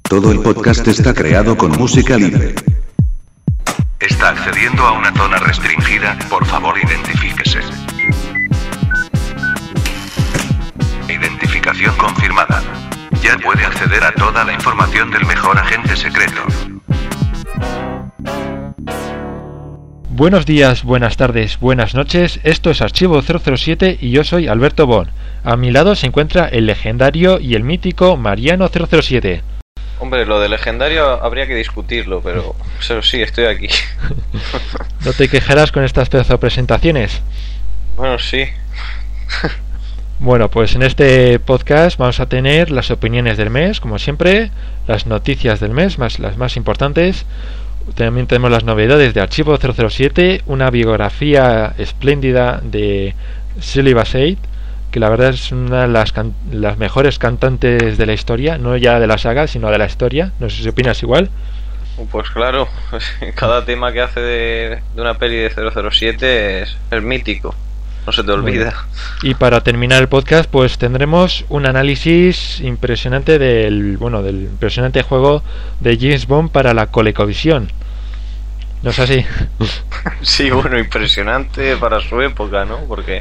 Todo el podcast está creado con música libre. Está accediendo a una zona restringida, por favor identifíquese. Identificación confirmada. Ya puede acceder a toda la información del mejor agente secreto. Buenos días, buenas tardes, buenas noches, esto es Archivo 007 y yo soy Alberto Bon. A mi lado se encuentra el legendario y el mítico Mariano 007. Hombre, lo de legendario habría que discutirlo, pero sí, estoy aquí. ¿No te quejarás con estas pedazos de presentaciones? Bueno, sí. Bueno, pues en este podcast vamos a tener las opiniones del mes, como siempre, las noticias del mes, las más importantes. También tenemos las novedades de Archivo 007, una biografía espléndida de Shirley Bassey, que la verdad es una de las mejores cantantes de la historia, no ya de la saga, sino de la historia. No sé si opinas igual. Pues claro, cada tema que hace de una peli de 007 es mítico, no se te olvida. Bueno, y para terminar el podcast, pues tendremos un análisis impresionante del impresionante juego de James Bond para la ColecoVision. ¿No es así? Sí, bueno, impresionante para su época, ¿no? Porque...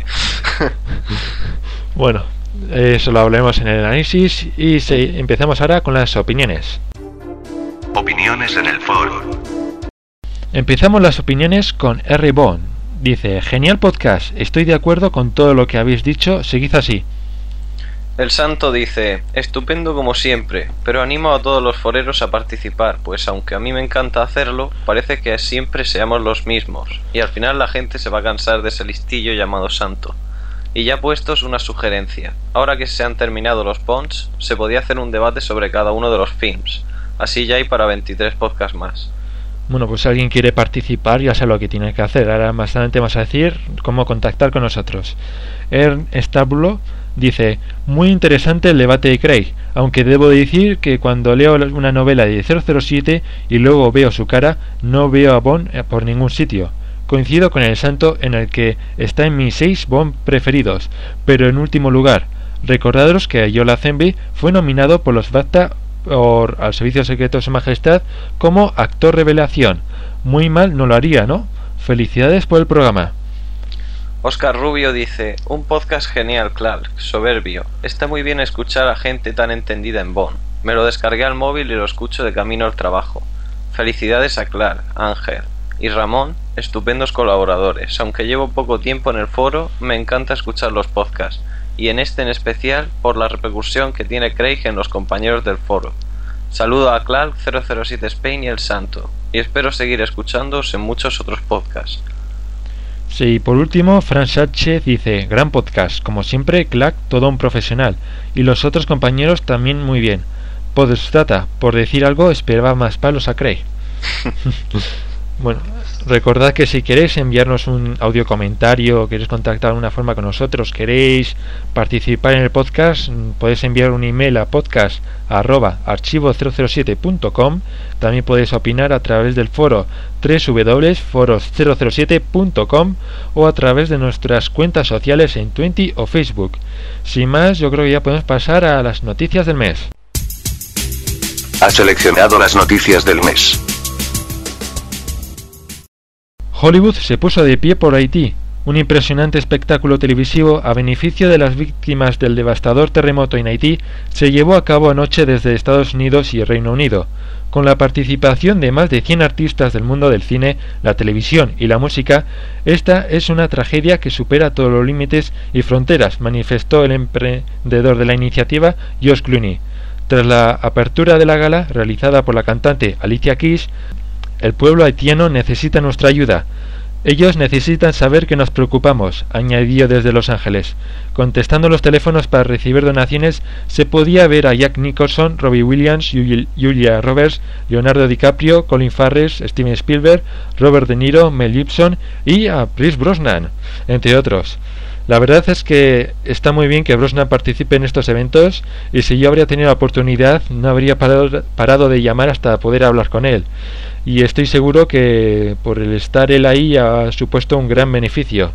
Bueno, eso lo hablaremos en el análisis y empezamos ahora con las opiniones. Opiniones en el foro. Empezamos las opiniones con R. Bond. Dice, genial podcast, estoy de acuerdo con todo lo que habéis dicho, seguid así. El Santo dice, estupendo como siempre, pero animo a todos los foreros a participar, pues aunque a mí me encanta hacerlo, parece que siempre seamos los mismos, y al final la gente se va a cansar de ese listillo llamado Santo. Y ya puestos, una sugerencia, ahora que se han terminado los Bonds, se podía hacer un debate sobre cada uno de los films, así ya hay para 23 podcasts más. Bueno, pues si alguien quiere participar ya sabe lo que tiene que hacer. Ahora más adelante vamos a decir cómo contactar con nosotros. Ern Stablo dice, muy interesante el debate de Craig, aunque debo decir que cuando leo una novela de 007 y luego veo su cara, no veo a Bond por ningún sitio. Coincido con el Santo en el que está en mis 6 Bond preferidos, pero en último lugar, recordaros que Ayola Lazenby fue nominado por los BAFTA al Servicio Secreto de Su Majestad como actor revelación. Muy mal no lo haría, ¿no? Felicidades por el programa. Oscar Rubio dice, un podcast genial, Clark, soberbio. Está muy bien escuchar a gente tan entendida en Bond. Me lo descargué al móvil y lo escucho de camino al trabajo. Felicidades a Clark, Ángel y Ramón, estupendos colaboradores. Aunque llevo poco tiempo en el foro, me encanta escuchar los podcasts, y en este en especial por la repercusión que tiene Craig en los compañeros del foro. Saludo a Clark, 007 Spain y el Santo, y espero seguir escuchándoos en muchos otros podcasts. Sí, por último, Fran Sánchez dice, gran podcast, como siempre, Clark, todo un profesional, y los otros compañeros también muy bien. Postdata, por decir algo, esperaba más palos a Craig. Bueno, recordad que si queréis enviarnos un audio comentario, queréis contactar de alguna forma con nosotros, queréis participar en el podcast, podéis enviar un email a podcast@archivo007.com. También podéis opinar a través del foro www.foros007.com o a través de nuestras cuentas sociales en Twitter o Facebook. Sin más, yo creo que ya podemos pasar a las noticias del mes. Ha seleccionado las noticias del mes. Hollywood se puso de pie por Haití. Un impresionante espectáculo televisivo a beneficio de las víctimas del devastador terremoto en Haití se llevó a cabo anoche desde Estados Unidos y Reino Unido. Con la participación de más de 100 artistas del mundo del cine, la televisión y la música, esta es una tragedia que supera todos los límites y fronteras, manifestó el emprendedor de la iniciativa, Josh Clooney. Tras la apertura de la gala, realizada por la cantante Alicia Keys, el pueblo haitiano necesita nuestra ayuda. Ellos necesitan saber que nos preocupamos, añadió desde Los Ángeles. Contestando los teléfonos para recibir donaciones, se podía ver a Jack Nicholson, Robbie Williams, Julia Roberts, Leonardo DiCaprio, Colin Farrell, Steven Spielberg, Robert De Niro, Mel Gibson y a Pierce Brosnan, entre otros. La verdad es que está muy bien que Brosnan participe en estos eventos, y si yo habría tenido la oportunidad no habría parado de llamar hasta poder hablar con él, y estoy seguro que por el estar él ahí ha supuesto un gran beneficio.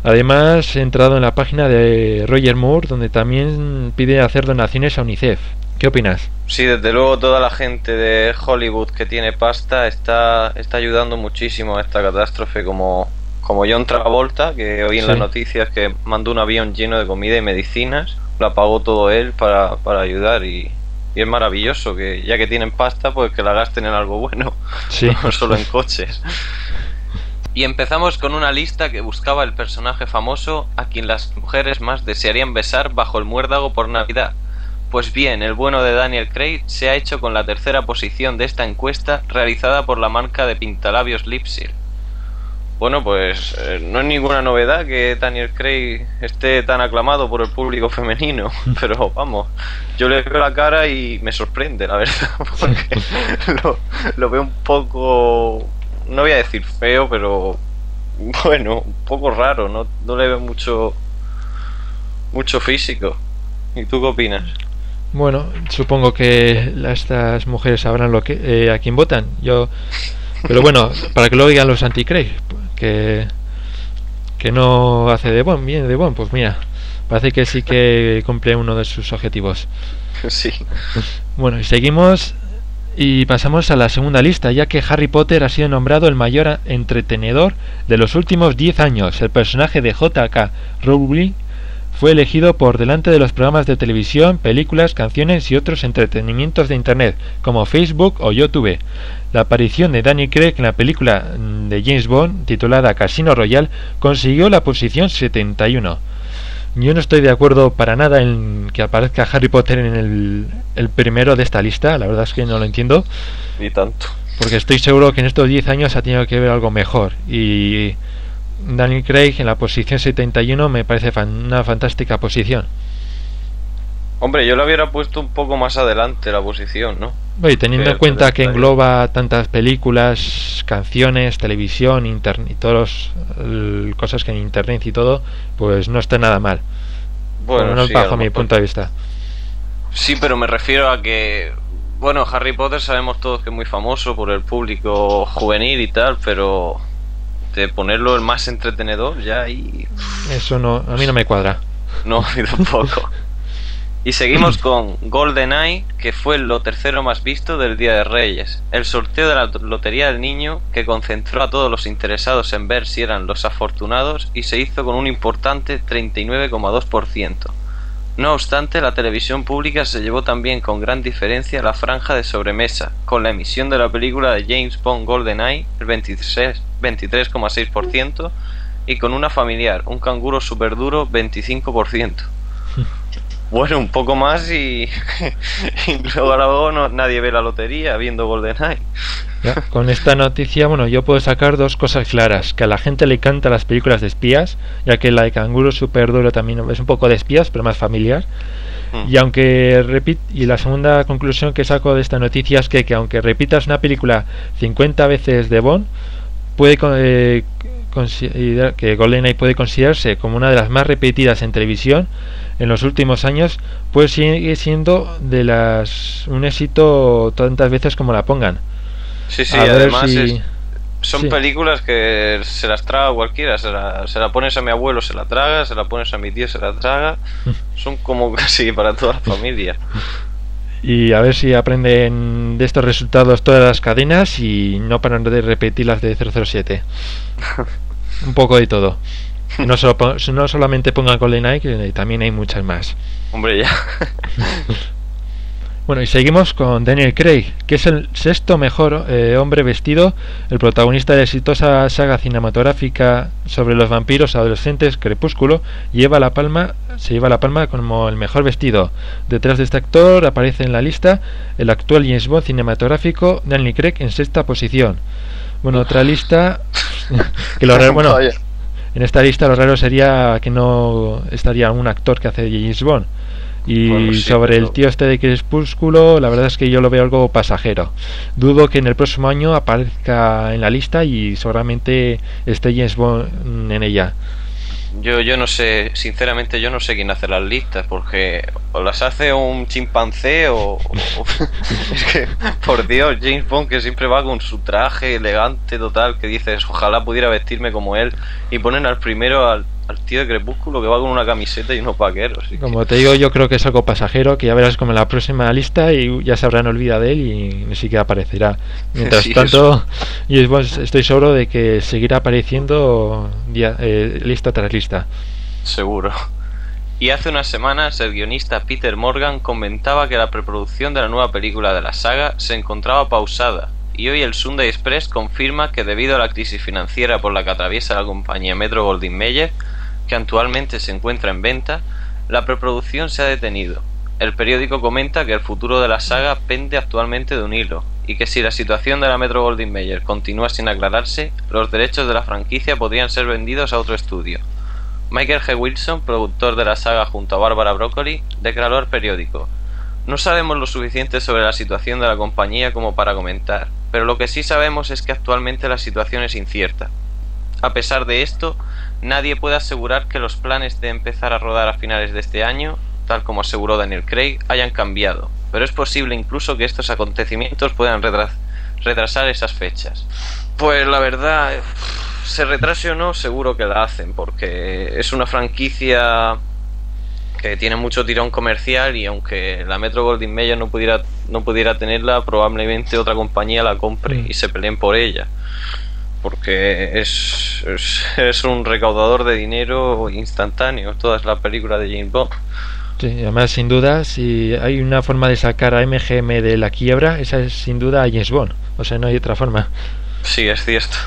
Además he entrado en la página de Roger Moore, donde también pide hacer donaciones a UNICEF. ¿Qué opinas? Sí, desde luego toda la gente de Hollywood que tiene pasta está ayudando muchísimo a esta catástrofe, como John Travolta, que hoy en las noticias que mandó un avión lleno de comida y medicinas, lo pagó todo él para ayudar y es maravilloso que ya que tienen pasta pues que la gasten en algo bueno, no solo en coches. Y empezamos con una lista que buscaba el personaje famoso a quien las mujeres más desearían besar bajo el muérdago por Navidad. Pues bien, el bueno de Daniel Craig se ha hecho con la tercera posición de esta encuesta realizada por la marca de pintalabios Lipsil. Bueno, pues no es ninguna novedad que Daniel Craig esté tan aclamado por el público femenino, pero vamos, yo le veo la cara y me sorprende, la verdad, porque lo veo un poco, no voy a decir feo, pero bueno, un poco raro, no le veo mucho físico. ¿Y tú qué opinas? Bueno, supongo que estas mujeres sabrán a quién votan. Pero bueno, para que lo digan los anti-Craig, que no hace de Bond, bien de Bond, pues mira, parece que sí que cumple uno de sus objetivos. Sí. Bueno, y seguimos y pasamos a la segunda lista, ya que Harry Potter ha sido nombrado el mayor entretenedor de los últimos 10 años. El personaje de J.K. Rowling fue elegido por delante de los programas de televisión, películas, canciones y otros entretenimientos de internet, como Facebook o YouTube. La aparición de Daniel Craig en la película de James Bond, titulada Casino Royale, consiguió la posición 71. Yo no estoy de acuerdo para nada en que aparezca Harry Potter en el primero de esta lista, la verdad es que no lo entiendo. Ni tanto. Porque estoy seguro que en estos 10 años ha tenido que ver algo mejor, y Daniel Craig en la posición 71 me parece una fantástica posición. Hombre, yo lo hubiera puesto un poco más adelante la posición, ¿no? Y teniendo en cuenta que engloba tantas películas, canciones, televisión, internet y todas las cosas que en internet y todo, pues no está nada mal. Bueno, no es bajo mi punto de vista. Sí, pero me refiero a que, bueno, Harry Potter sabemos todos que es muy famoso por el público juvenil y tal, pero de ponerlo el más entretenedor ya ahí... Eso no, a mí no me cuadra. No, a mí tampoco. Y seguimos con GoldenEye, que fue lo tercero más visto del Día de Reyes. El sorteo de la Lotería del Niño, que concentró a todos los interesados en ver si eran los afortunados, y se hizo con un importante 39,2%. No obstante, la televisión pública se llevó también con gran diferencia la franja de sobremesa, con la emisión de la película de James Bond GoldenEye, el 23,6%, y con una familiar, un canguro super duro, 25%. Bueno, un poco más y luego nadie ve la lotería viendo GoldenEye. Ya, con esta noticia, bueno, yo puedo sacar dos cosas claras: que a la gente le encantan las películas de espías, ya que la de Canguro Super Duro también es un poco de espías, pero más familiar. Y la segunda conclusión que saco de esta noticia es que aunque repitas una película 50 veces de Bond, puede considerar que GoldenEye puede considerarse como una de las más repetidas en televisión en los últimos años, pues sigue siendo un éxito tantas veces como la pongan. Sí, además son películas que se las traga cualquiera, se la pones a mi abuelo, se la traga, se la pones a mi tío, se la traga. Son como casi para toda la familia. Y a ver si aprenden de estos resultados todas las cadenas y no paran de repetir las de 007. Un poco de todo. Y no solamente pongan GoldenEye, que también hay muchas más. Hombre, ya. Bueno, y seguimos con Daniel Craig, que es el sexto mejor hombre vestido, el protagonista de la exitosa saga cinematográfica sobre los vampiros adolescentes Crepúsculo. Se lleva la palma como el mejor vestido. Detrás de este actor aparece en la lista el actual James Bond cinematográfico Daniel Craig en sexta posición. Bueno, otra lista que lo raro, bueno, en esta lista lo raro sería que no estaría un actor que hace James Bond. Y bueno, sí, sobre el tío este de Crepúsculo, la verdad es que yo lo veo algo pasajero. Dudo que en el próximo año aparezca en la lista y seguramente esté James Bond en ella. Yo no sé, sinceramente yo no sé quién hace las listas, porque o las hace un chimpancé o es que, por Dios, James Bond, que siempre va con su traje elegante total, que dices, ojalá pudiera vestirme como él, y ponen al primero, al tío de Crepúsculo, que va con una camiseta y unos vaqueros. Como te digo, yo creo que es algo pasajero, que ya verás como en la próxima lista y ya se habrán olvidado de él y ni siquiera aparecerá. Mientras Sí, tanto, y estoy seguro de que seguirá apareciendo lista tras lista. Seguro. Y hace unas semanas el guionista Peter Morgan comentaba que la preproducción de la nueva película de la saga se encontraba pausada, y hoy el Sunday Express confirma que debido a la crisis financiera por la que atraviesa la compañía Metro-Goldwyn-Mayer, que actualmente se encuentra en venta, la preproducción se ha detenido. El periódico comenta que el futuro de la saga pende actualmente de un hilo, y que si la situación de la Metro-Goldwyn-Mayer continúa sin aclararse, los derechos de la franquicia podrían ser vendidos a otro estudio. Michael G. Wilson, productor de la saga junto a Barbara Broccoli, declaró al periódico: "No sabemos lo suficiente sobre la situación de la compañía como para comentar, pero lo que sí sabemos es que actualmente la situación es incierta. A pesar de esto, nadie puede asegurar que los planes de empezar a rodar a finales de este año, tal como aseguró Daniel Craig, hayan cambiado, pero es posible incluso que estos acontecimientos puedan retrasar esas fechas". Pues la verdad, se retrase o no, seguro que la hacen, porque es una franquicia que tiene mucho tirón comercial, y aunque la Metro-Goldwyn-Mayer no pudiera tenerla, probablemente otra compañía la compre y se peleen por ella, porque es un recaudador de dinero instantáneo toda la película de James Bond. Sí, además, sin duda, si hay una forma de sacar a MGM de la quiebra, esa es sin duda James Bond, o sea, no hay otra forma. Sí, es cierto.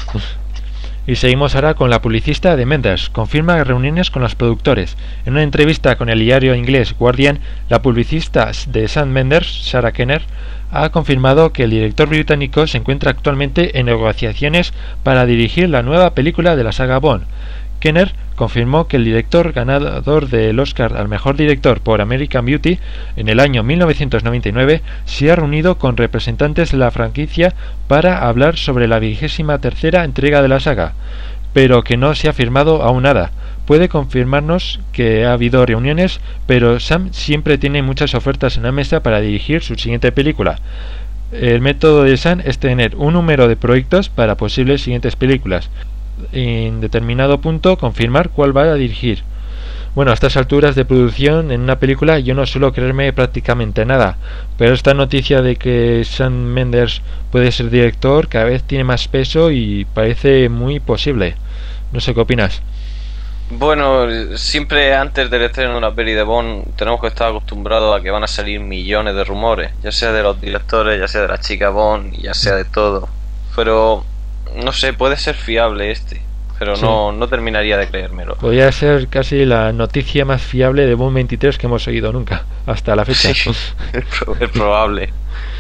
Y seguimos ahora con la publicista de Mendes. Confirma reuniones con los productores. En una entrevista con el diario inglés Guardian, la publicista de Sam Mendes, Sarah Kenner, ha confirmado que el director británico se encuentra actualmente en negociaciones para dirigir la nueva película de la saga Bond. Kenner confirmó que el director ganador del Oscar al mejor director por American Beauty en el año 1999 se ha reunido con representantes de la franquicia para hablar sobre la 23ª entrega de la saga, pero que no se ha firmado aún nada. Puede confirmarnos que ha habido reuniones, pero Sam siempre tiene muchas ofertas en la mesa para dirigir su siguiente película. El método de Sam es tener un número de proyectos para posibles siguientes películas. En determinado punto confirmar cuál va a dirigir. Bueno, a estas alturas de producción en una película yo no suelo creerme prácticamente nada, pero esta noticia de que Sam Mendes puede ser director cada vez tiene más peso y parece muy posible. No sé qué opinas. Bueno, siempre antes del estreno de una peli de Bond tenemos que estar acostumbrados a que van a salir millones de rumores, ya sea de los directores, ya sea de la chica Bond, ya sea de todo, pero no sé, puede ser fiable pero sí. No terminaría de creérmelo. Podría ser casi la noticia más fiable de Bond 23 que hemos oído nunca, hasta la fecha. Sí, es probable.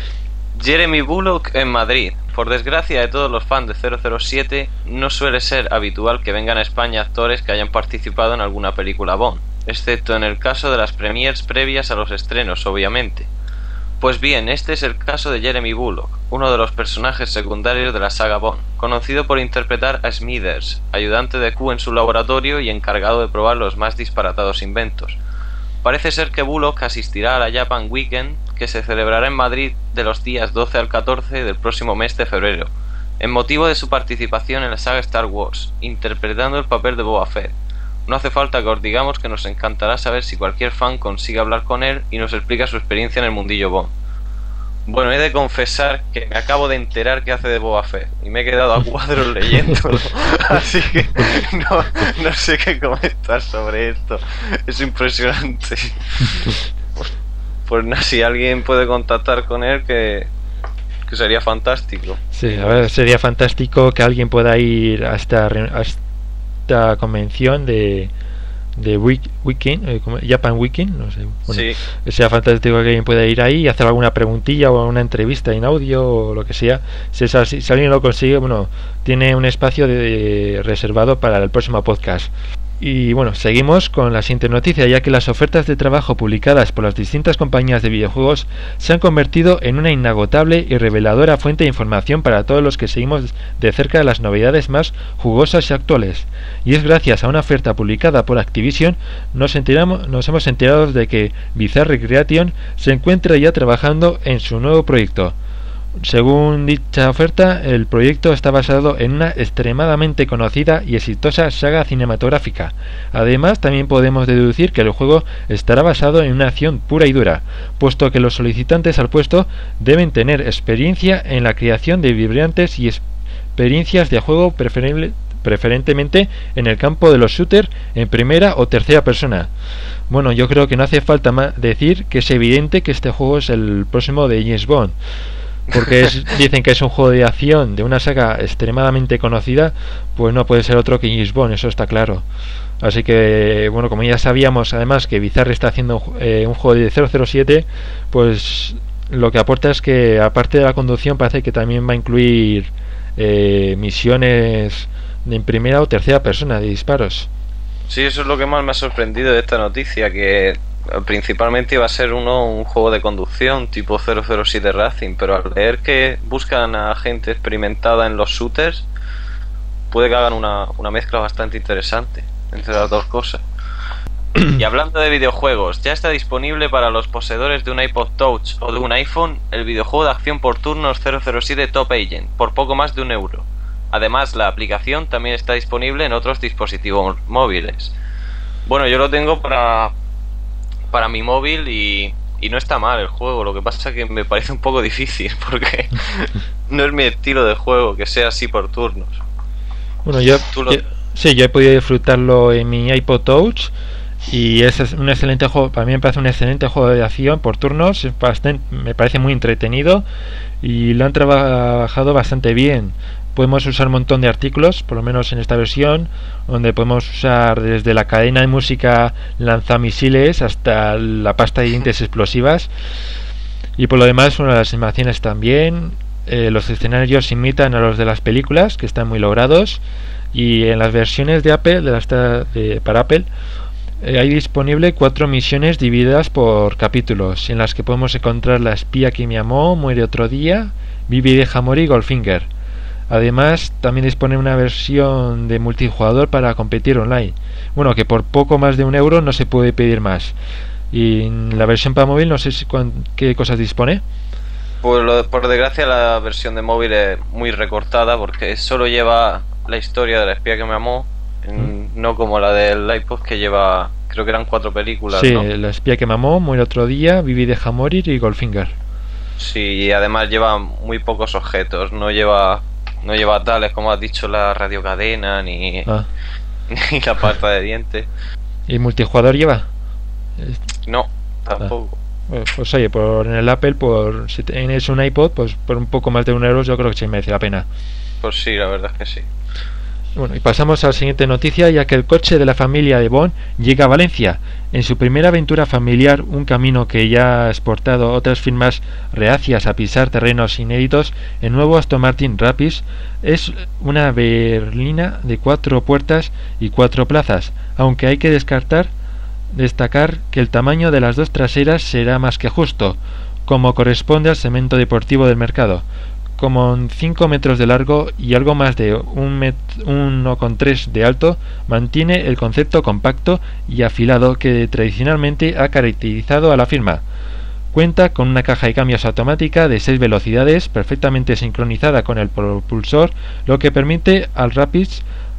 Jeremy Bullock en Madrid. Por desgracia de todos los fans de 007, no suele ser habitual que vengan a España actores que hayan participado en alguna película Bond, excepto en el caso de las premiers previas a los estrenos, obviamente. Pues bien, este es el caso de Jeremy Bullock, uno de los personajes secundarios de la saga Bond, conocido por interpretar a Smithers, ayudante de Q en su laboratorio y encargado de probar los más disparatados inventos. Parece ser que Bullock asistirá a la Japan Weekend, que se celebrará en Madrid de los días 12 al 14 del próximo mes de febrero, en motivo de su participación en la saga Star Wars, interpretando el papel de Boba Fett. No hace falta que os digamos que nos encantará saber si cualquier fan consigue hablar con él y nos explica su experiencia en el mundillo Bond. Bueno, he de confesar que me acabo de enterar que hace de Boba Fett y me he quedado a cuadros leyéndolo, así que no sé qué comentar sobre esto. Es impresionante. Pues nada, si alguien puede contactar con él, que sería fantástico. Sí, a ver, sería fantástico que alguien pueda ir a esta convención de Weekend, Japan Weekend, no sé. Bueno, sí. Sea fantástico que alguien pueda ir ahí y hacer alguna preguntilla o una entrevista en audio o lo que sea. Si alguien lo consigue, bueno, tiene un espacio reservado para el próximo podcast. Y bueno, seguimos con la siguiente noticia, ya que las ofertas de trabajo publicadas por las distintas compañías de videojuegos se han convertido en una inagotable y reveladora fuente de información para todos los que seguimos de cerca las novedades más jugosas y actuales. Y es gracias a una oferta publicada por Activision nos hemos enterado de que Bizarre Recreation se encuentra ya trabajando en su nuevo proyecto. Según dicha oferta, el proyecto está basado en una extremadamente conocida y exitosa saga cinematográfica. Además, también podemos deducir que el juego estará basado en una acción pura y dura, puesto que los solicitantes al puesto deben tener experiencia en la creación de vibrantes y experiencias de juego preferentemente en el campo de los shooters en primera o tercera persona. Bueno, yo creo que no hace falta más decir que es evidente que este juego es el próximo de James Bond, porque dicen que es un juego de acción de una saga extremadamente conocida, pues no puede ser otro que James Bond, eso está claro. Así que, bueno, como ya sabíamos además que Bizarre está haciendo un juego de 007, pues lo que aporta es que aparte de la conducción parece que también va a incluir misiones en primera o tercera persona de disparos. Sí, eso es lo que más me ha sorprendido de esta noticia, que principalmente iba a ser un juego de conducción tipo 007 Racing, pero al leer que buscan a gente experimentada en los shooters, puede que hagan una mezcla bastante interesante entre las dos cosas. Y hablando de videojuegos, ya está disponible para los poseedores de un iPod Touch o de un iPhone el videojuego de acción por turnos 007 Top Agent por poco más de €1. Además, la aplicación también está disponible en otros dispositivos móviles. Bueno, yo lo tengo para mi móvil y no está mal el juego. Lo que pasa es que me parece un poco difícil porque no es mi estilo de juego que sea así por turnos. Bueno, yo he podido disfrutarlo en mi iPod Touch y es un excelente juego. Para mí me parece un excelente juego de acción por turnos. Me parece muy entretenido y lo han trabajado bastante bien. Podemos usar un montón de artículos, por lo menos en esta versión, donde podemos usar desde la cadena de música lanzamisiles hasta la pasta de dientes explosivas. Y por lo demás, las animaciones también. Los escenarios imitan a los de las películas, que están muy logrados. Y en las versiones de Apple, para Apple, hay disponible 4 misiones divididas por capítulos, en las que podemos encontrar La espía que me amó, Muere otro día, Vive y deja morir y Goldfinger. Además, también dispone una versión de multijugador para competir online. Bueno, que por poco más de €1 no se puede pedir más. Y en la versión para móvil no sé qué cosas dispone. Pues por desgracia la versión de móvil es muy recortada porque solo lleva la historia de La espía que me amó, no como la del iPod que lleva, creo que eran 4 películas. Sí, ¿no? La espía que me amó, Muere otro día, Vive y deja morir y Goldfinger. Sí, y además lleva muy pocos objetos, no lleva tales como has dicho la radiocadena ni la pasta de dientes. ¿Y multijugador lleva? No, tampoco. Pues oye, en el Apple, si tienes un iPod, pues por un poco más de €1 yo creo que sí merece la pena. Pues sí, la verdad es que sí. Bueno, y pasamos a la siguiente noticia, ya que el coche de la familia de Bond llega a Valencia. En su primera aventura familiar, un camino que ya ha exportado otras firmas reacias a pisar terrenos inéditos, el nuevo Aston Martin Rapide es una berlina de 4 puertas y 4 plazas, aunque hay que destacar que el tamaño de las 2 traseras será más que justo, como corresponde al segmento deportivo del mercado. Como 5 metros de largo y algo más de 1,3 de alto, mantiene el concepto compacto y afilado que tradicionalmente ha caracterizado a la firma. Cuenta con una caja de cambios automática de 6 velocidades perfectamente sincronizada con el propulsor, lo que permite al Rapide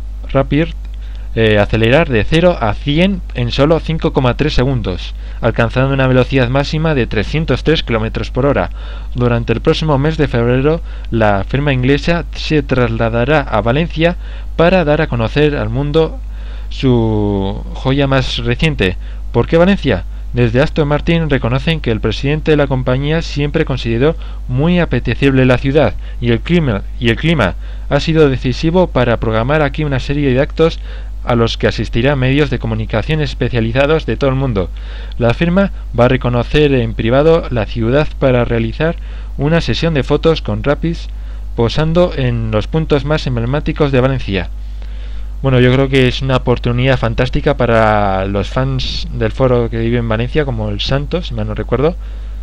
acelerar de 0 a 100 en solo 5,3 segundos, alcanzando una velocidad máxima de 303 km por hora. Durante el próximo mes de febrero, la firma inglesa se trasladará a Valencia para dar a conocer al mundo su joya más reciente. ¿Por qué Valencia? Desde Aston Martin reconocen que el presidente de la compañía siempre consideró muy apetecible la ciudad y el clima ha sido decisivo para programar aquí una serie de actos a los que asistirán medios de comunicación especializados de todo el mundo. La firma va a reconocer en privado la ciudad para realizar una sesión de fotos con Rapide posando en los puntos más emblemáticos de Valencia. Bueno, yo creo que es una oportunidad fantástica para los fans del foro que vive en Valencia, como el Santos, si mal no recuerdo,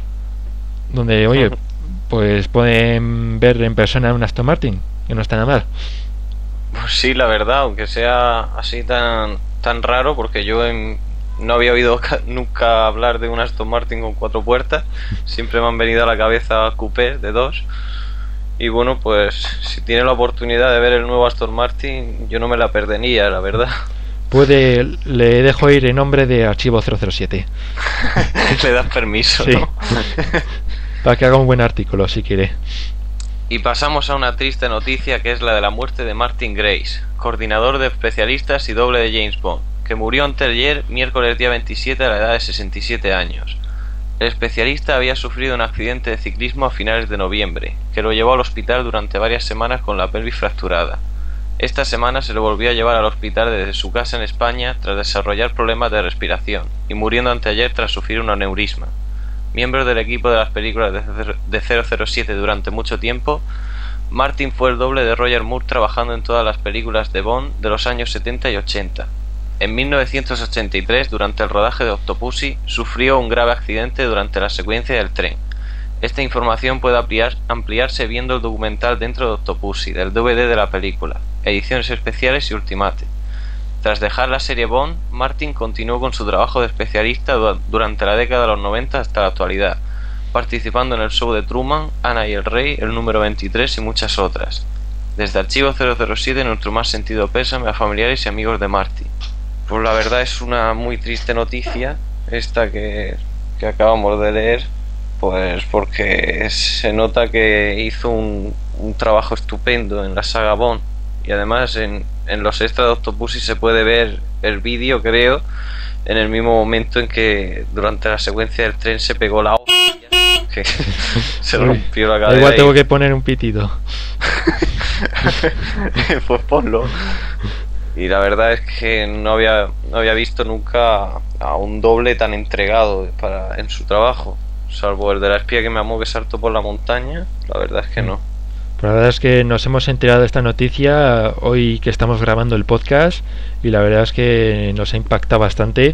donde, oye, pues pueden ver en persona un Aston Martin, que no está nada mal. Pues sí, la verdad, aunque sea así tan raro, porque yo no había oído nunca hablar de un Aston Martin con 4 puertas, siempre me han venido a la cabeza coupés de 2. Y bueno, pues si tiene la oportunidad de ver el nuevo Aston Martin, yo no me la perdería, la verdad. Le dejo ir en nombre de Archivo 007. Le das permiso, sí. ¿no? Para que haga un buen artículo, si quiere. Y pasamos a una triste noticia, que es la de la muerte de Martin Grace, coordinador de especialistas y doble de James Bond, que murió anteayer, miércoles día 27, a la edad de 67 años. El especialista había sufrido un accidente de ciclismo a finales de noviembre, que lo llevó al hospital durante varias semanas con la pelvis fracturada. Esta semana se lo volvió a llevar al hospital desde su casa en España tras desarrollar problemas de respiración, y muriendo anteayer tras sufrir un aneurisma. Miembro del equipo de las películas de 007 durante mucho tiempo, Martin fue el doble de Roger Moore trabajando en todas las películas de Bond de los años 70 y 80. En 1983, durante el rodaje de Octopussy, sufrió un grave accidente durante la secuencia del tren. Esta información puede ampliarse viendo el documental Dentro de Octopussy, del DVD de la película, ediciones especiales y Ultimate. Tras dejar la serie Bond, Martin continuó con su trabajo de especialista durante la década de los 90 hasta la actualidad, participando en el show de Truman, Ana y el Rey, el número 23 y muchas otras. Desde Archivo 007, nuestro más sentido pésame a familiares y amigos de Martin. Pues la verdad es una muy triste noticia esta que acabamos de leer, pues porque se nota que hizo un trabajo estupendo en la saga Bond, y además en los extras de Octopussy se puede ver el vídeo, creo, en el mismo momento en que durante la secuencia del tren se pegó la hostia, que se rompió la cadera. Igual tengo que poner un pitido. Pues ponlo. Y la verdad es que no había visto nunca a un doble tan entregado en su trabajo, salvo el de la espía que me amó, que saltó por la montaña. La verdad es que no. La verdad es que nos hemos enterado de esta noticia hoy que estamos grabando el podcast, y la verdad es que nos ha impactado bastante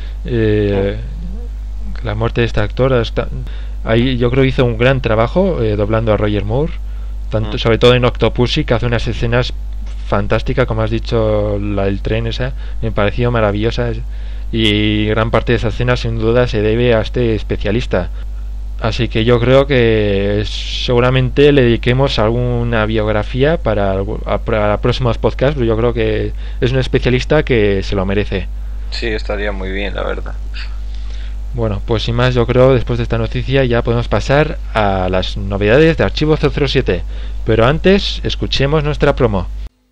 la muerte de este actor. Ahí yo creo que hizo un gran trabajo doblando a Roger Moore, sobre todo en Octopussy, que hace unas escenas fantásticas, como has dicho, la del tren esa me pareció maravillosa, y gran parte de esa escena sin duda se debe a este especialista. Así que yo creo que seguramente le dediquemos alguna biografía para próximos podcasts, pero yo creo que es un especialista que se lo merece. Sí, estaría muy bien, la verdad. Bueno, pues sin más, yo creo después de esta noticia ya podemos pasar a las novedades de Archivo 007. Pero antes, escuchemos nuestra promo.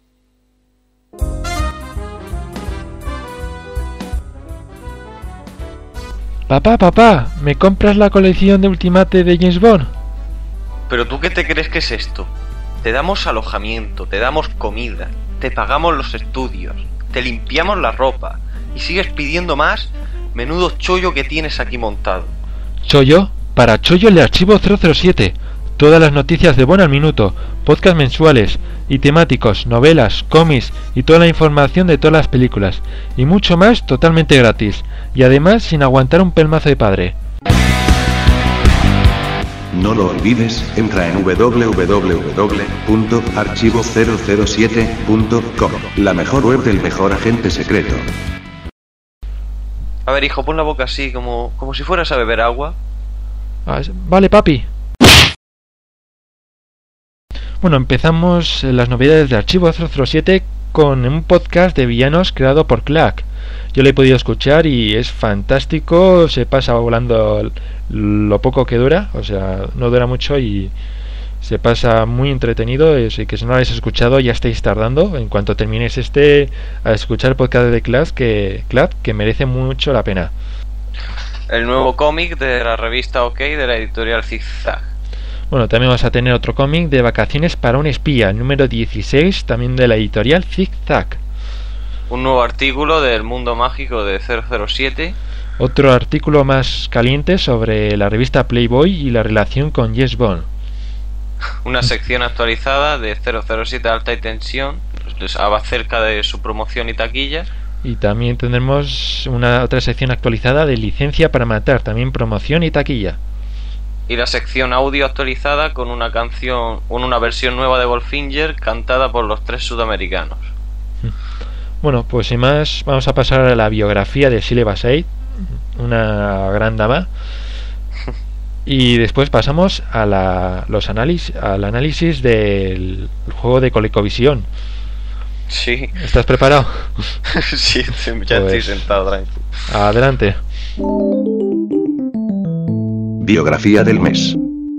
Papá, ¿me compras la colección de Ultimate de James Bond? ¿Pero tú qué te crees que es esto? Te damos alojamiento, te damos comida, te pagamos los estudios, te limpiamos la ropa, y sigues pidiendo más. Menudo chollo que tienes aquí montado. ¿Chollo? Para Chollo el de Archivo 007. Todas las noticias de Bond al minuto, podcasts mensuales y temáticos, novelas, cómics y toda la información de todas las películas, y mucho más totalmente gratis, y además sin aguantar un pelmazo de padre. No lo olvides, entra en www.archivo007.com, la mejor web del mejor agente secreto. A ver, hijo, pon la boca así, como si fueras a beber agua. Vale, papi. Bueno, empezamos las novedades de Archivo 007 con un podcast de villanos creado por Clark. Yo lo he podido escuchar y es fantástico, se pasa volando lo poco que dura, o sea, no dura mucho y se pasa muy entretenido, así que si no lo habéis escuchado ya estáis tardando. En cuanto terminéis a escuchar el podcast de Clark, que merece mucho la pena. El nuevo cómic de la revista OK de la editorial Zig Zag. Bueno, también vamos a tener otro cómic de Vacaciones para un espía, el número 16, también de la editorial Zig Zag. Un nuevo artículo del mundo mágico de 007. Otro artículo más caliente sobre la revista Playboy y la relación con James Bond. Una sección actualizada de 007 Alta Tensión acerca de su promoción y taquilla. Y también tendremos otra sección actualizada de Licencia para Matar, también promoción y taquilla. Y la sección audio actualizada con una versión nueva de Goldfinger cantada por los 3 sudamericanos. Bueno, pues sin más, vamos a pasar a la biografía de Shirley Bassey, una gran dama. Y después pasamos a al análisis del juego de ColecoVision. Sí. ¿Estás preparado? Sí, ya pues, estoy sentado, tranquilo. Adelante. Biografía del mes.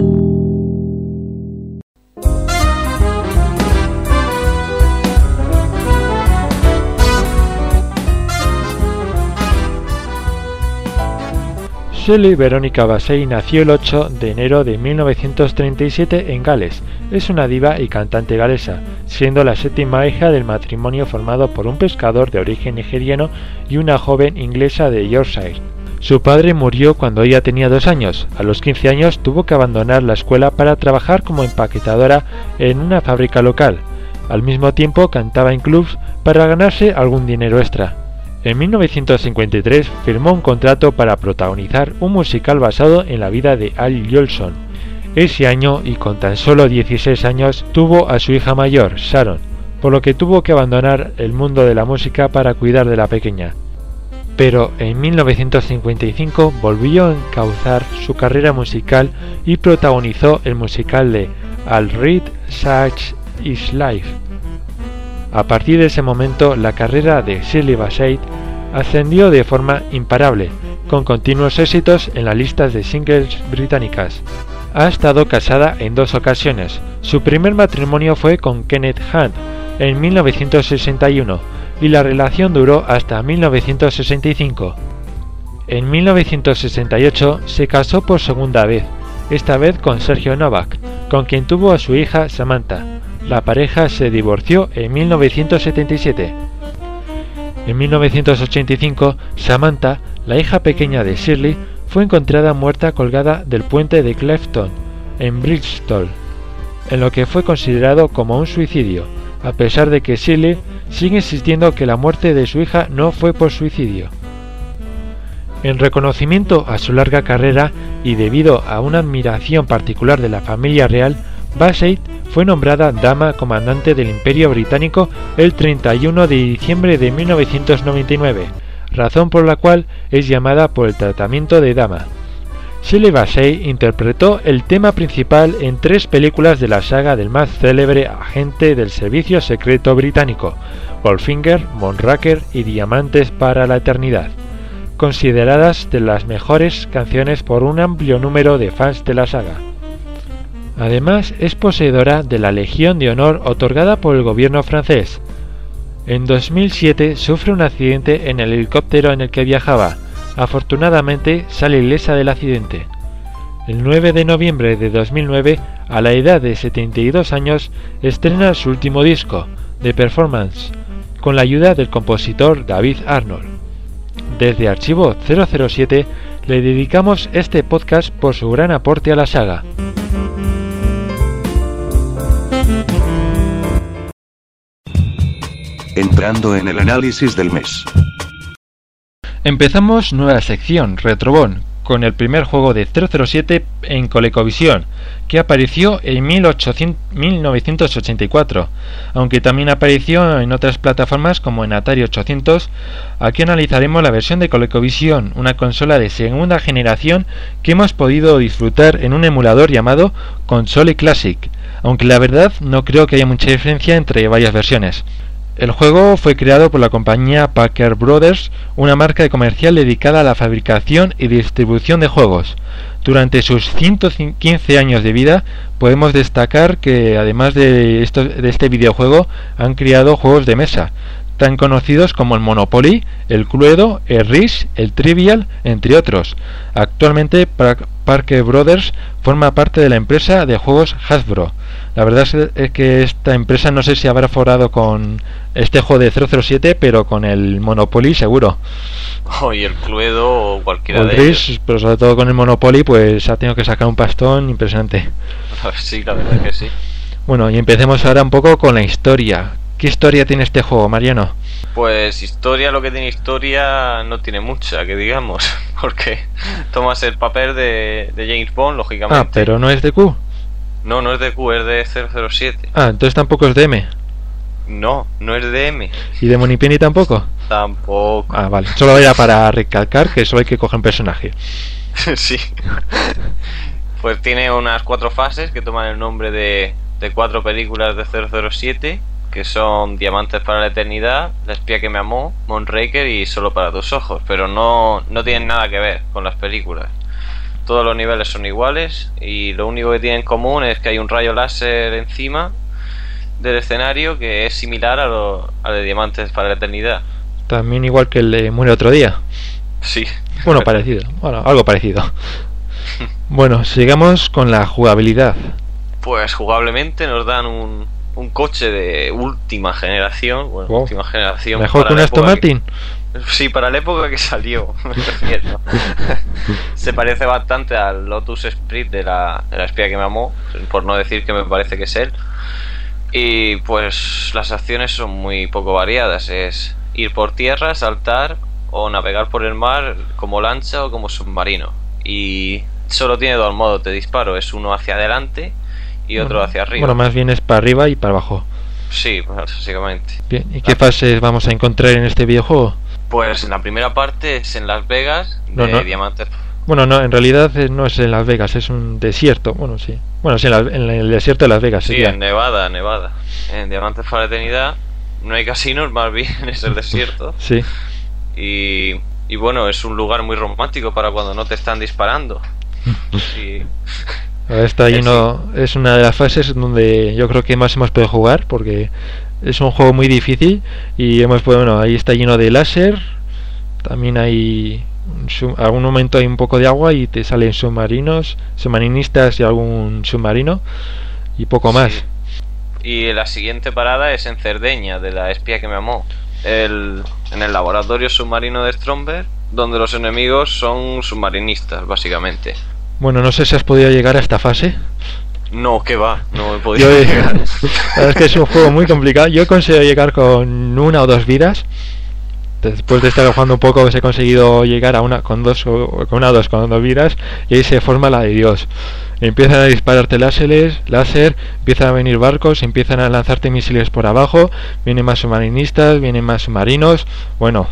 Shirley Veronica Bassey nació el 8 de enero de 1937 en Gales. Es una diva y cantante galesa, siendo la 7ª hija del matrimonio formado por un pescador de origen nigeriano y una joven inglesa de Yorkshire. Su padre murió cuando ella tenía 2 años. A los 15 años tuvo que abandonar la escuela para trabajar como empaquetadora en una fábrica local. Al mismo tiempo cantaba en clubs para ganarse algún dinero extra. En 1953 firmó un contrato para protagonizar un musical basado en la vida de Al Jolson. Ese año, y con tan solo 16 años, tuvo a su hija mayor, Sharon, por lo que tuvo que abandonar el mundo de la música para cuidar de la pequeña. Pero en 1955 volvió a encauzar su carrera musical y protagonizó el musical de All Right, Such Is Life. A partir de ese momento, la carrera de Shirley Bassey ascendió de forma imparable, con continuos éxitos en las listas de singles británicas. Ha estado casada en 2 ocasiones. Su primer matrimonio fue con Kenneth Hunt en 1961 y la relación duró hasta 1965. En 1968 se casó por segunda vez, esta vez con Sergio Novak, con quien tuvo a su hija Samantha. La pareja se divorció en 1977. En 1985, Samantha, la hija pequeña de Shirley, fue encontrada muerta colgada del puente de Clifton, en Bristol, en lo que fue considerado como un suicidio, a pesar de que Shirley sigue insistiendo que la muerte de su hija no fue por suicidio. En reconocimiento a su larga carrera y debido a una admiración particular de la familia real, Bassey fue nombrada Dama Comandante del Imperio Británico el 31 de diciembre de 1999, razón por la cual es llamada por el tratamiento de dama. Shirley Bassey interpretó el tema principal en 3 películas de la saga del más célebre agente del Servicio Secreto Británico, Goldfinger, Moonraker y Diamantes para la Eternidad, consideradas de las mejores canciones por un amplio número de fans de la saga. Además, es poseedora de la Legión de Honor otorgada por el gobierno francés. En 2007 sufre un accidente en el helicóptero en el que viajaba. Afortunadamente sale ilesa del accidente. El 9 de noviembre de 2009, a la edad de 72 años, estrena su último disco, The Performance, con la ayuda del compositor David Arnold. Desde Archivo 007 le dedicamos este podcast por su gran aporte a la saga. Entrando en el análisis del mes. Empezamos nueva sección, Retrobón, con el primer juego de 007 en ColecoVision, que apareció en 1984, aunque también apareció en otras plataformas como en Atari 800. Aquí analizaremos la versión de ColecoVision, una consola de segunda generación que hemos podido disfrutar en un emulador llamado Console Classic, aunque la verdad no creo que haya mucha diferencia entre varias versiones. El juego fue creado por la compañía Parker Brothers, una marca comercial dedicada a la fabricación y distribución de juegos. Durante sus 115 años de vida, podemos destacar que además de este videojuego, han creado juegos de mesa, tan conocidos como el Monopoly, el Cluedo, el Risk, el Trivial, entre otros. Actualmente, Parker Brothers forma parte de la empresa de juegos Hasbro. La verdad es que esta empresa no sé si habrá forrado con este juego de 007, pero con el Monopoly seguro. Y el Cluedo o cualquiera de Risk, ellos. pero sobre todo con el Monopoly, pues ha tenido que sacar un pastón impresionante. Sí, la verdad que sí. Bueno, y empecemos ahora un poco con la historia. ¿Qué historia tiene este juego, Mariano? Pues historia, lo que tiene historia no tiene mucha, que digamos, porque tomas el papel de James Bond, lógicamente. Ah, pero no es de Q. No es de Q, es de 007. Ah, entonces tampoco es de M. No es de M. ¿Y de Moneypenny tampoco? Tampoco. Ah, vale. Solo era para recalcar que solo hay que coger un personaje. Sí. Pues tiene unas 4 fases que toman el nombre de 4 películas de 007, que son Diamantes para la Eternidad, La espía que me amó, Moonraker y Solo para tus ojos, pero no tienen nada que ver con las películas. Todos los niveles son iguales y lo único que tienen en común es que hay un rayo láser encima del escenario que es similar a de Diamantes para la Eternidad. También igual que el de Muere otro día. Sí. Bueno, parecido. Bueno, algo parecido. Bueno, sigamos con la jugabilidad. Pues jugablemente nos dan un coche de última generación. Bueno, wow. Última generación. ¿Mejor que un Aston Martin? Sí, para la época que salió, me refiero. Se parece bastante al Lotus Esprit de la espía que me amó, por no decir que me parece que es él. Y pues las acciones son muy poco variadas. Es ir por tierra, saltar o navegar por el mar como lancha o como submarino. Y solo tiene 2 modos de disparo, es uno hacia adelante y otro hacia arriba. Bueno, más bien es para arriba y para abajo. Sí, básicamente. Bien, ¿y qué fases vamos a encontrar en este videojuego? Pues en la primera parte es en Las Vegas, Diamantes. Bueno, no, en realidad no es en Las Vegas, es un desierto. Bueno, sí. Bueno, sí, en el desierto de Las Vegas. Sí, sería. En Nevada. En Diamantes para la Eternidad no hay casinos, más bien es el desierto. Sí. Y bueno, es un lugar muy romántico para cuando no te están disparando. Sí. Está lleno, es una de las fases donde yo creo que más hemos podido jugar, porque es un juego muy difícil y bueno, ahí está lleno de láser. También hay algún momento hay un poco de agua y te salen submarinistas y algún submarino y poco más. Y la siguiente parada es en Cerdeña, de La espía que me amó, en el laboratorio submarino de Stromberg, donde los enemigos son submarinistas, básicamente. Bueno, no sé si has podido llegar a esta fase. No, que va, no he podido llegar. La verdad es que es un juego muy complicado. Yo he conseguido llegar con 1 o 2 vidas. Después de estar jugando un poco, he conseguido llegar a con 2 vidas. Y ahí se forma la de Dios. Empiezan a dispararte láser, empiezan a venir barcos, empiezan a lanzarte misiles por abajo. Vienen más submarinistas, vienen más submarinos. Bueno.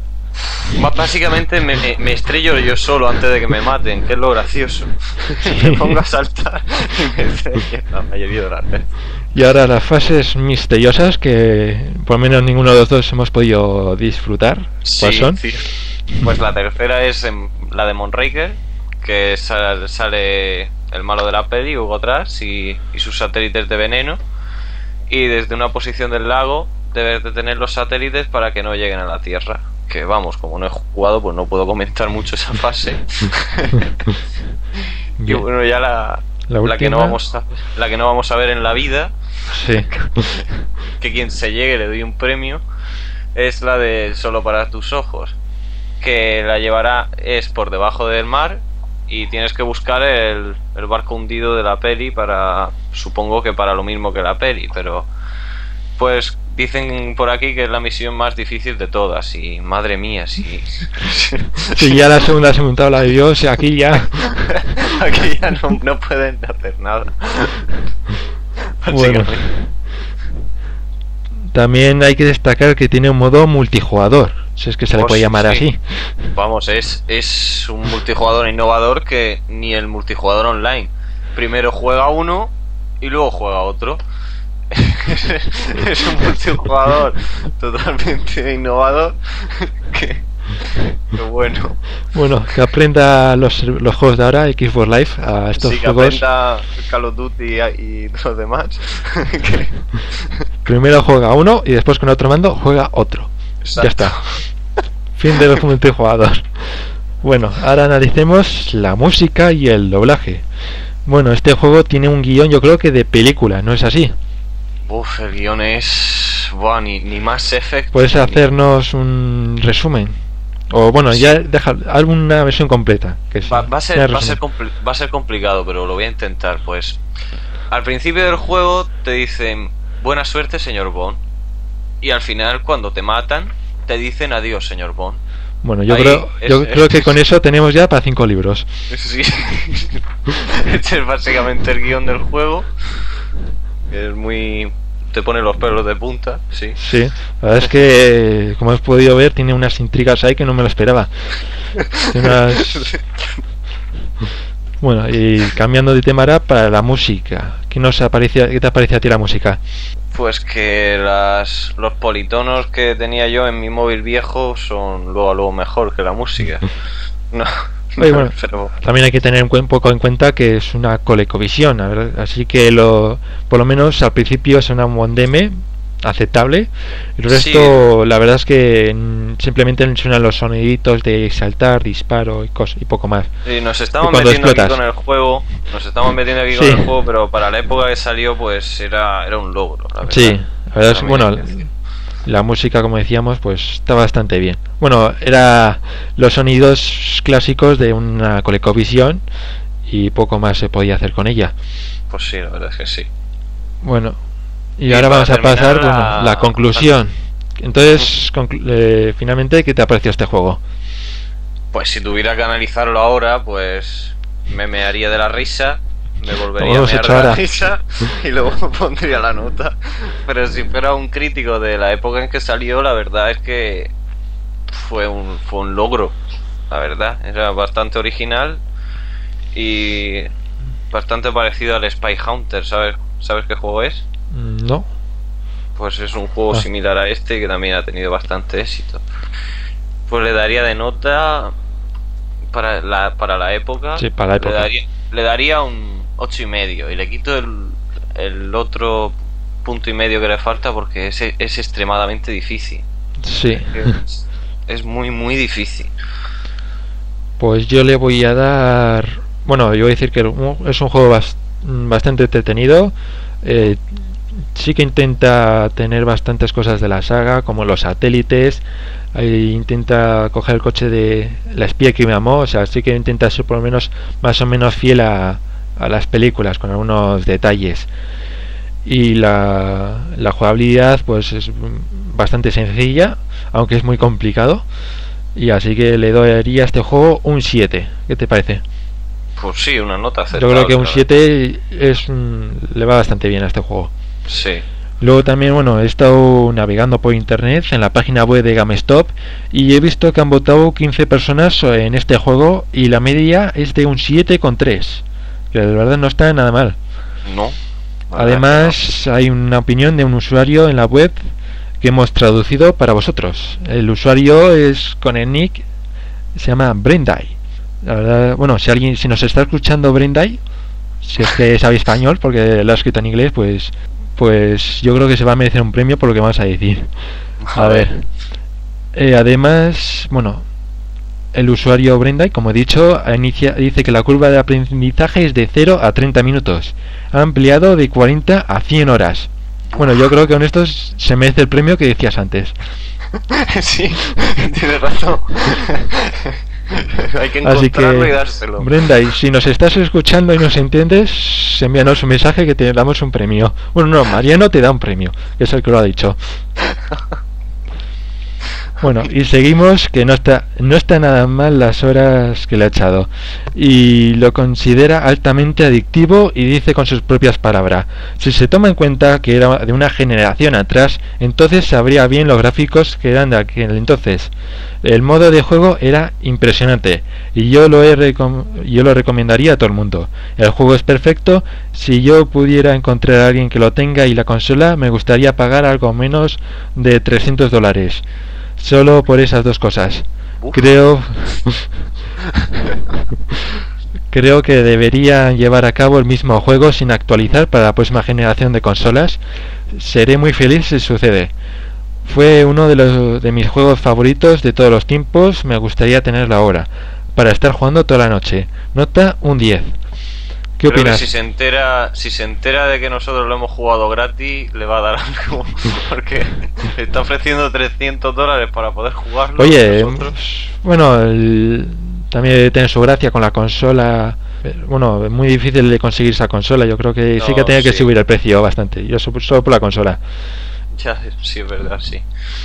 Básicamente me estrello yo solo antes de que me maten, que es lo gracioso. Me pongo a saltar y me estrello la mayoría de las veces. Y ahora las fases misteriosas que por lo menos ninguno de los dos hemos podido disfrutar. ¿Cuáles son? Sí. Pues la tercera es la de Moonraker, que sale el malo de la peli, Hugo Trask, y sus satélites de veneno. Y desde una posición del lago debes detener los satélites para que no lleguen a la Tierra. Que vamos, como no he jugado, pues no puedo comentar mucho esa fase. Y bueno, ya la que no vamos a ver en la vida. Sí. Que quien se llegue le doy un premio. Es la de Solo para tus ojos, que la llevará es por debajo del mar y tienes que buscar el barco hundido de la peli supongo que para lo mismo que la peli, pero pues dicen por aquí que es la misión más difícil de todas y madre mía, sí. Sí, ya la segunda se ha montado la de Dios y aquí ya no pueden hacer nada. Bueno, también hay que destacar que tiene un modo multijugador, si es que se le puede llamar así. Vamos, es un multijugador innovador que ni el multijugador online. Primero juega uno y luego juega otro. Es un multijugador totalmente innovador que bueno, que aprenda los juegos de ahora, Xbox Live, a estos sí, que juegos. aprenda Call of Duty y los demás. Primero juega uno y después con otro mando juega otro. Exacto. Ya está. Fin de los multijugador. Bueno, ahora analicemos la música y el doblaje. Bueno, este juego tiene un guión, yo creo que de película, ¿no es así? El guión es... Buah, ni Mass Effect. ¿Puedes hacernos un resumen? O bueno, ya deja alguna versión completa. Que va a ser complicado, pero lo voy a intentar. Pues al principio del juego te dicen: buena suerte, señor Bond. y al final cuando te matan te dicen adiós, señor Bond. Bueno, yo Ahí creo que con eso tenemos ya para 5 libros. Sí. Este es básicamente el guión del juego. Es muy... te pone los pelos de punta, sí. Sí, la verdad es que, como has podido ver, tiene unas intrigas ahí que no me lo esperaba. Bueno, y cambiando de tema ahora para la música. ¿Qué te parece a ti la música? Pues que los politonos que tenía yo en mi móvil viejo son luego mejor que la música. No, Oye, bueno, pero... también hay que tener un poco en cuenta que es una ColecoVision, así que por lo menos al principio es una modem aceptable. El resto, sí. La verdad es que simplemente suenan los soniditos de saltar, disparo y poco más. Sí, nos estamos metiendo aquí con el juego. Con el juego, pero para la época que salió, pues era un logro, la verdad. Sí, la verdad es que, bueno, la música, como decíamos, pues está bastante bien. Bueno, era los sonidos clásicos de una ColecoVision y poco más se podía hacer con ella. Pues sí, la verdad es que sí. Bueno, y ahora vamos a pasar a la conclusión. Entonces, finalmente, ¿qué te ha parecido este juego? Pues si tuviera que analizarlo ahora, pues me mearía de la risa, me volvería a mear de la risa y luego pondría la nota. Pero si fuera un crítico de la época en que salió, la verdad es que fue un logro. La verdad, era bastante original y bastante parecido al Spy Hunter. ¿Sabes qué juego es? No. Pues es un juego similar a este que también ha tenido bastante éxito. Pues le daría de nota para la época. Sí, para la época. Le daría un 8,5 y le quito el otro punto y medio que le falta porque es extremadamente difícil. Sí. Es muy muy difícil. Pues yo le voy a dar... Bueno, yo voy a decir que es un juego bastante entretenido. Sí que intenta tener bastantes cosas de la saga, como los satélites. Intenta coger el coche de la espía que me amó. O sea, sí que intenta ser por lo menos más o menos fiel a las películas, con algunos detalles. Y la jugabilidad pues es bastante sencilla, aunque es muy complicado. Y así que le daría a este juego un 7. ¿Qué te parece? Pues sí, una nota aceptable. Yo creo que un 7 le va bastante bien a este juego. Sí. Luego también, bueno, he estado navegando por internet en la página web de GameStop y he visto que han votado 15 personas en este juego y la media es de un 7,3, que de verdad no está nada mal. No. Además, hay una opinión de un usuario en la web que hemos traducido para vosotros. El usuario es con el nick, se llama Brendai. La verdad, bueno, si nos está escuchando Brendai, si es que sabe español, porque lo ha escrito en inglés, pues yo creo que se va a merecer un premio por lo que vamos a decir. A ver. Además, bueno, el usuario Brendai, como he dicho, dice que la curva de aprendizaje es de 0 a 30 minutos. Ha ampliado de 40 a 100 horas. Bueno, yo creo que con esto se merece el premio que decías antes. Sí, tienes razón. Hay que encontrarlo y dárselo. Brenda, y si nos estás escuchando y nos entiendes, envíanos un mensaje que te damos un premio. Bueno, no, Mariano te da un premio, que es el que lo ha dicho. Bueno, y seguimos, que no está nada mal las horas que le ha echado. Y lo considera altamente adictivo y dice con sus propias palabras: si se toma en cuenta que era de una generación atrás, entonces sabría bien los gráficos que eran de aquel entonces. El modo de juego era impresionante y yo lo recomendaría a todo el mundo. El juego es perfecto. Si yo pudiera encontrar a alguien que lo tenga y la consola, me gustaría pagar algo menos de $300. Solo por esas dos cosas. Creo que deberían llevar a cabo el mismo juego sin actualizar para la próxima generación de consolas. Seré muy feliz si sucede. Fue uno de mis juegos favoritos de todos los tiempos. Me gustaría tenerlo ahora para estar jugando toda la noche. Nota un 10. ¿Qué opinas? Si se entera de que nosotros lo hemos jugado gratis, le va a dar algo, porque le está ofreciendo $300 para poder jugarlo. Oye, bueno, también debe tener su gracia con la consola. Bueno, es muy difícil de conseguir esa consola. Yo creo que sí que tiene que subir el precio bastante. Yo solo por la consola. Ya, sí, es verdad, sí.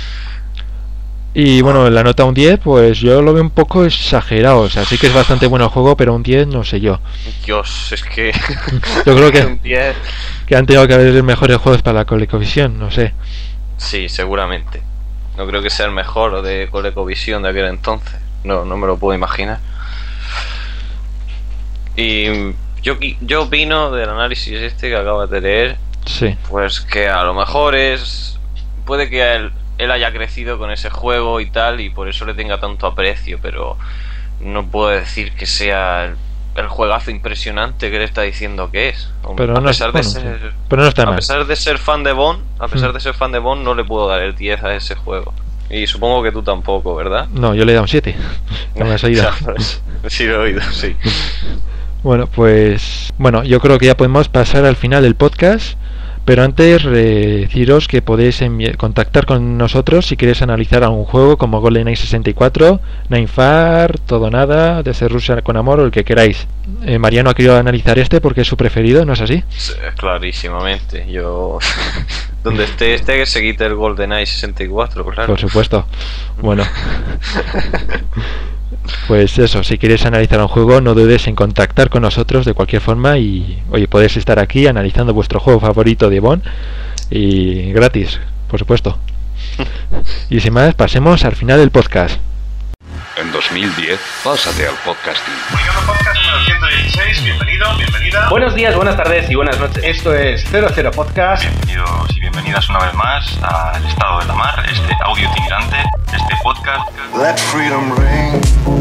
Y bueno, la nota un 10, pues yo lo veo un poco exagerado. O sea, sí que es bastante bueno el juego, pero un 10 no sé yo. Dios, es que... Yo creo que, un 10... que han tenido que haber mejores juegos para la ColecoVision, no sé. Sí, seguramente. No creo que sea el mejor de ColecoVision de aquel entonces. No me lo puedo imaginar. Y yo opino del análisis este que acabas de leer, Sí. pues que a lo mejor puede que él haya crecido con ese juego y tal, y por eso le tenga tanto aprecio, pero no puedo decir que sea el juegazo impresionante que le está diciendo que es. Pero no está mal. A pesar de ser fan de Bond, no le puedo dar el 10 a ese juego. Y supongo que tú tampoco, ¿verdad? No, yo le he dado un 7. No me has oído. Sí, lo he oído, sí. Bueno, pues... Bueno, yo creo que ya podemos pasar al final del podcast. Pero antes deciros que podéis contactar con nosotros si queréis analizar algún juego como GoldenEye 64, Ninefar, Todo Nada, Desde Rusia con Amor o el que queráis. Mariano ha querido analizar este porque es su preferido, ¿no es así? Sí, clarísimamente. Yo... Donde esté que se quite el GoldenEye 64, claro. Por supuesto. Bueno. Pues eso, si quieres analizar un juego, no dudes en contactar con nosotros de cualquier forma y, oye, podéis estar aquí analizando vuestro juego favorito de Bond y gratis, por supuesto. Y sin más, pasemos al final del podcast. En 2010, pásate al podcasting. Publicando podcast número 116, bienvenido, bienvenida. Buenos días, buenas tardes y buenas noches. Esto es 00 Podcast. Bienvenidos y bienvenidas una vez más al Estado de la Mar, este audio itinerante, este podcast. Let freedom ring.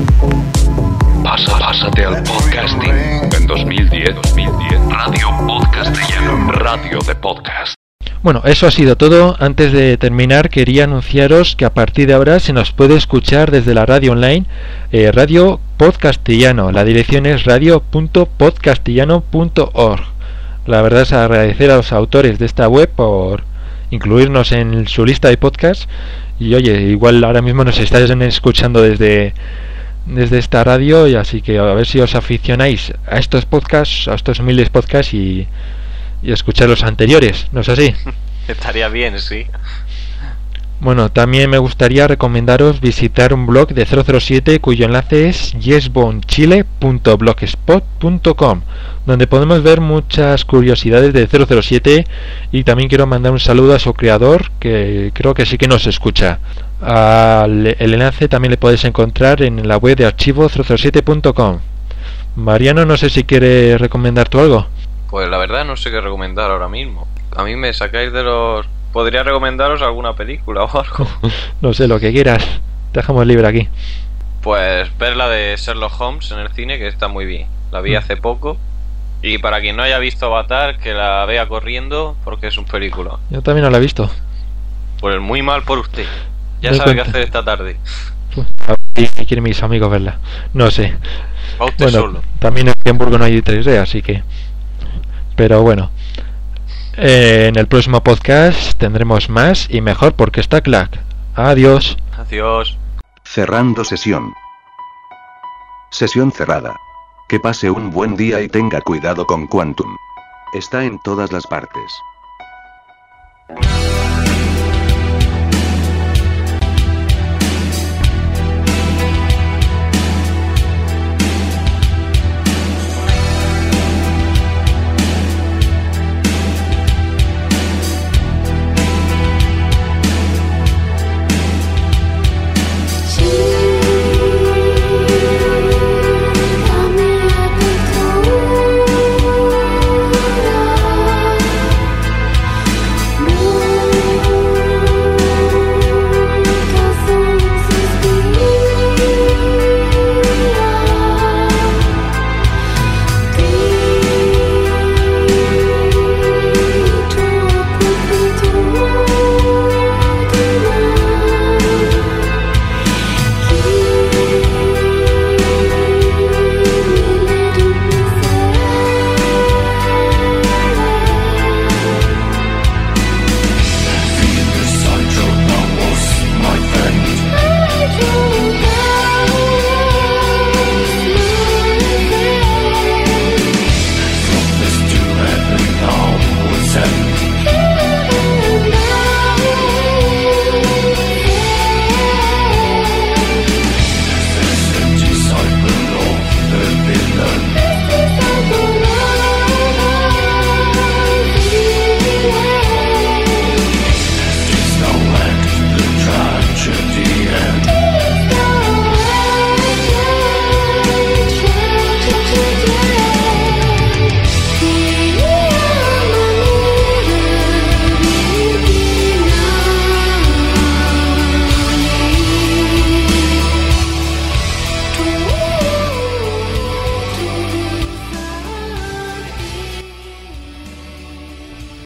Pásate al podcasting. En 2010, Radio Podcastellano. Radio de podcast. Bueno, eso ha sido todo. Antes de terminar, quería anunciaros que a partir de ahora se nos puede escuchar desde la radio online, Radio Podcastellano. La dirección es radio.podcastellano.org. La verdad es agradecer a los autores de esta web por incluirnos en su lista de podcasts. Y oye, igual ahora mismo nos estáis escuchando desde esta radio, y así que a ver si os aficionáis a estos podcasts, a estos humildes podcasts y escuchar los anteriores, ¿no es así? Estaría bien, sí. Bueno, también me gustaría recomendaros visitar un blog de 007 cuyo enlace es yesbonchile.blogspot.com, donde podemos ver muchas curiosidades de 007, y también quiero mandar un saludo a su creador, que creo que sí que nos escucha. El enlace también le podéis encontrar en la web de archivo007.com. Mariano, no sé si quiere recomendar tú algo. Pues la verdad no sé qué recomendar ahora mismo. A mí me sacáis de los... Podría recomendaros alguna película o algo. No sé, lo que quieras. Te dejamos libre aquí. Pues ver la de Sherlock Holmes en el cine, que está muy bien. La vi hace poco. Y para quien no haya visto Avatar, que la vea corriendo, porque es un película. Yo también no la he visto. Pues muy mal por usted. Ya Me sabe cuenta. qué hacer esta tarde. A ver si quieren mis amigos verla. No sé. Va usted Bueno, solo. también en Hamburgo no hay 3D, así que... Pero bueno, en el próximo podcast tendremos más y mejor porque está Clack. Adiós. Adiós. Cerrando sesión. Sesión cerrada. Que pase un buen día y tenga cuidado con Quantum. Está en todas las partes.